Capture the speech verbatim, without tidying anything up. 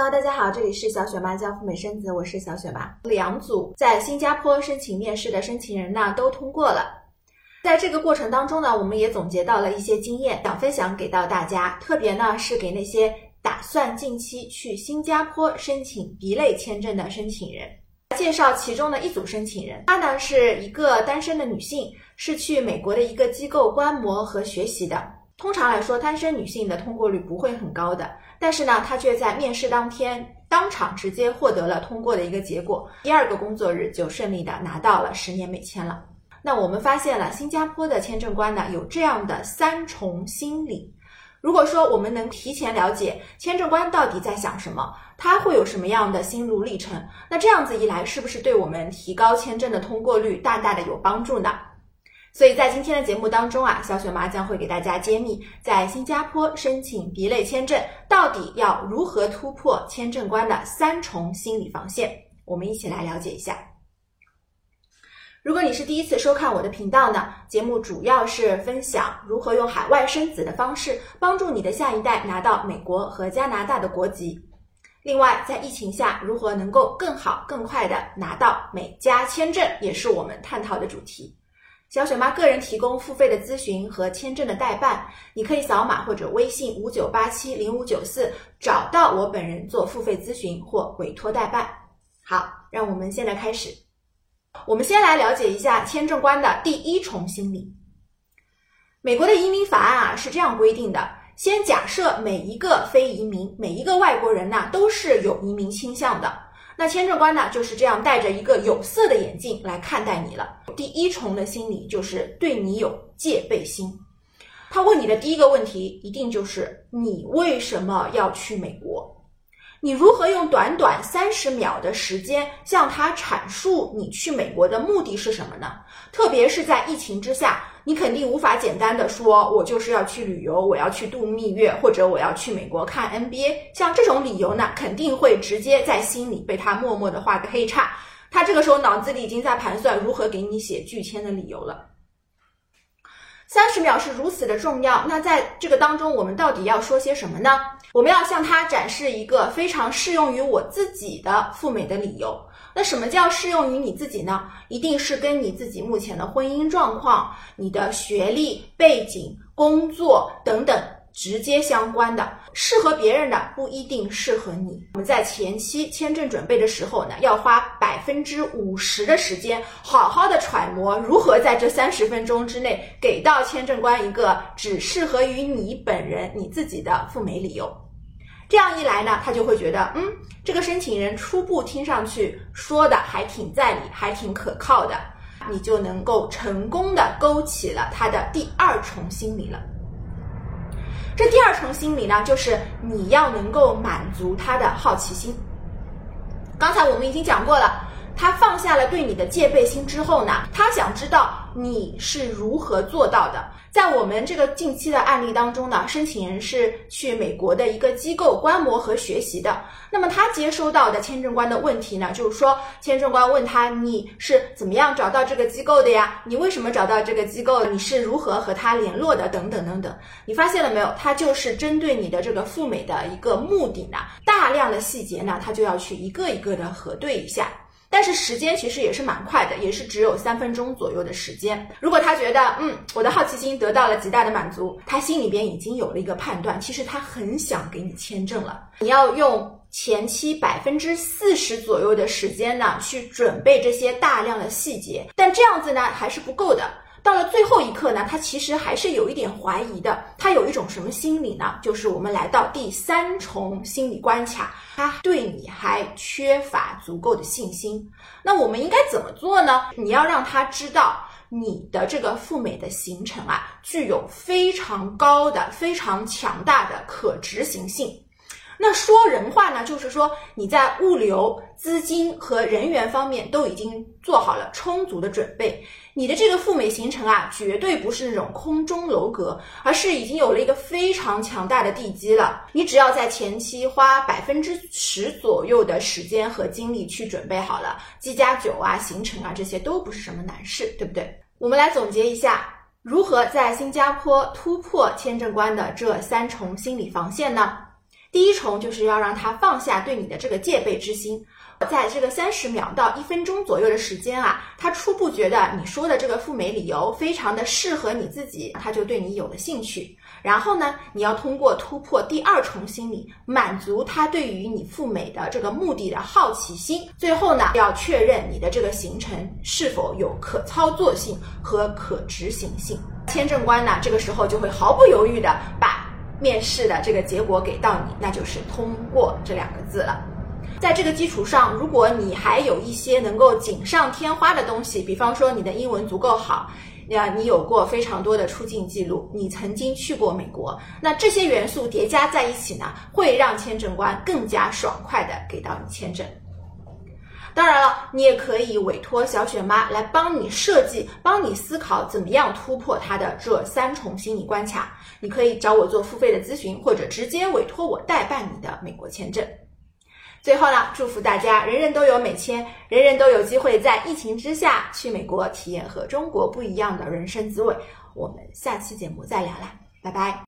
Hello， 大家好，这里是小雪妈教赴美生子，我是小雪妈。两组在新加坡申请面试的申请人呢都通过了。在这个过程当中呢，我们也总结到了一些经验，想分享给到大家，特别呢是给那些打算近期去新加坡申请 B 类签证的申请人。介绍其中的一组申请人，她呢是一个单身的女性，是去美国的一个机构观摩和学习的。通常来说，单身女性的通过率不会很高的，但是呢，她却在面试当天当场直接获得了通过的一个结果，第二个工作日就顺利的拿到了十年美签了。那我们发现了新加坡的签证官呢有这样的三重心理。如果说我们能提前了解签证官到底在想什么，他会有什么样的心路历程，那这样子一来，是不是对我们提高签证的通过率大大的有帮助呢？所以在今天的节目当中啊，小雪妈将会给大家揭秘，在新加坡申请 B 类签证到底要如何突破签证官的三重心理防线，我们一起来了解一下。如果你是第一次收看我的频道呢，节目主要是分享如何用海外生子的方式帮助你的下一代拿到美国和加拿大的国籍。另外，在疫情下如何能够更好更快的拿到美加签证，也是我们探讨的主题。小雪妈个人提供付费的咨询和签证的代办，你可以扫码或者微信五九八七零五九四找到我本人做付费咨询或委托代办。好，让我们现在开始。我们先来了解一下签证官的第一重心理。美国的移民法案啊是这样规定的，先假设每一个非移民，每一个外国人呢都是有移民倾向的。那签证官呢就是这样戴着一个有色的眼镜来看待你了。第一重的心理就是对你有戒备心。他问你的第一个问题一定就是你为什么要去美国？你如何用短短三十秒的时间向他阐述你去美国的目的是什么呢？特别是在疫情之下，你肯定无法简单的说我就是要去旅游，我要去度蜜月，或者我要去美国看 N B A， 像这种理由呢肯定会直接在心里被他默默的画个黑叉，他这个时候脑子里已经在盘算如何给你写拒签的理由了。三十秒是如此的重要，那在这个当中我们到底要说些什么呢？我们要向他展示一个非常适用于我自己的赴美的理由。那什么叫适用于你自己呢？一定是跟你自己目前的婚姻状况、你的学历、背景、工作等等直接相关的，适合别人的不一定适合你。我们在前期签证准备的时候呢，要花百分之五十的时间，好好的揣摩如何在这三十分钟之内给到签证官一个只适合于你本人、你自己的赴美理由。这样一来呢，他就会觉得，嗯，这个申请人初步听上去说的还挺在理，还挺可靠的，你就能够成功的勾起了他的第二重心理了。这第二重心理呢，就是你要能够满足他的好奇心。刚才我们已经讲过了，他放下了对你的戒备心之后呢，他想知道你是如何做到的。在我们这个近期的案例当中呢，申请人是去美国的一个机构观摩和学习的。那么他接收到的签证官的问题呢，就是说签证官问他，你是怎么样找到这个机构的呀？你为什么找到这个机构？你是如何和他联络的？等等等等。你发现了没有？他就是针对你的这个赴美的一个目的呢，大量的细节呢，他就要去一个一个的核对一下。但是时间其实也是蛮快的，也是只有三分钟左右的时间。如果他觉得嗯，我的好奇心得到了极大的满足，他心里边已经有了一个判断，其实他很想给你签证了。你要用前期百分之四十左右的时间呢，去准备这些大量的细节，但这样子呢还是不够的。到了最后一刻呢，他其实还是有一点怀疑的。他有一种什么心理呢？就是我们来到第三重心理关卡，他对你还缺乏足够的信心。那我们应该怎么做呢？你要让他知道你的这个赴美的行程啊，具有非常高的、非常强大的可执行性。那说人话呢，就是说你在物流、资金和人员方面都已经做好了充足的准备。你的这个赴美行程啊，绝对不是那种空中楼阁，而是已经有了一个非常强大的地基了。你只要在前期花百分之十左右的时间和精力去准备好了，机加酒啊、行程啊，这些都不是什么难事，对不对？我们来总结一下，如何在新加坡突破签证官的这三重心理防线呢？ 第一重就是要让他放下对你的这个戒备之心，在这个三十秒到一分钟左右的时间啊，他初步觉得你说的这个赴美理由非常的适合你自己，他就对你有了兴趣。然后呢，你要通过突破第二重心理，满足他对于你赴美的这个目的的好奇心。最后呢，要确认你的这个行程是否有可操作性和可执行性。签证官呢，这个时候就会毫不犹豫的把面试的这个结果给到你，那就是通过这两个字了。在这个基础上，如果你还有一些能够锦上添花的东西，比方说你的英文足够好，你有过非常多的出境记录，你曾经去过美国，那这些元素叠加在一起呢，会让签证官更加爽快的给到你签证。当然了，你也可以委托小雪妈来帮你设计，帮你思考怎么样突破它的这三重心理关卡。你可以找我做付费的咨询，或者直接委托我代办你的美国签证。最后呢，祝福大家人人都有美签，人人都有机会在疫情之下去美国体验和中国不一样的人生滋味。我们下期节目再聊啦，拜拜。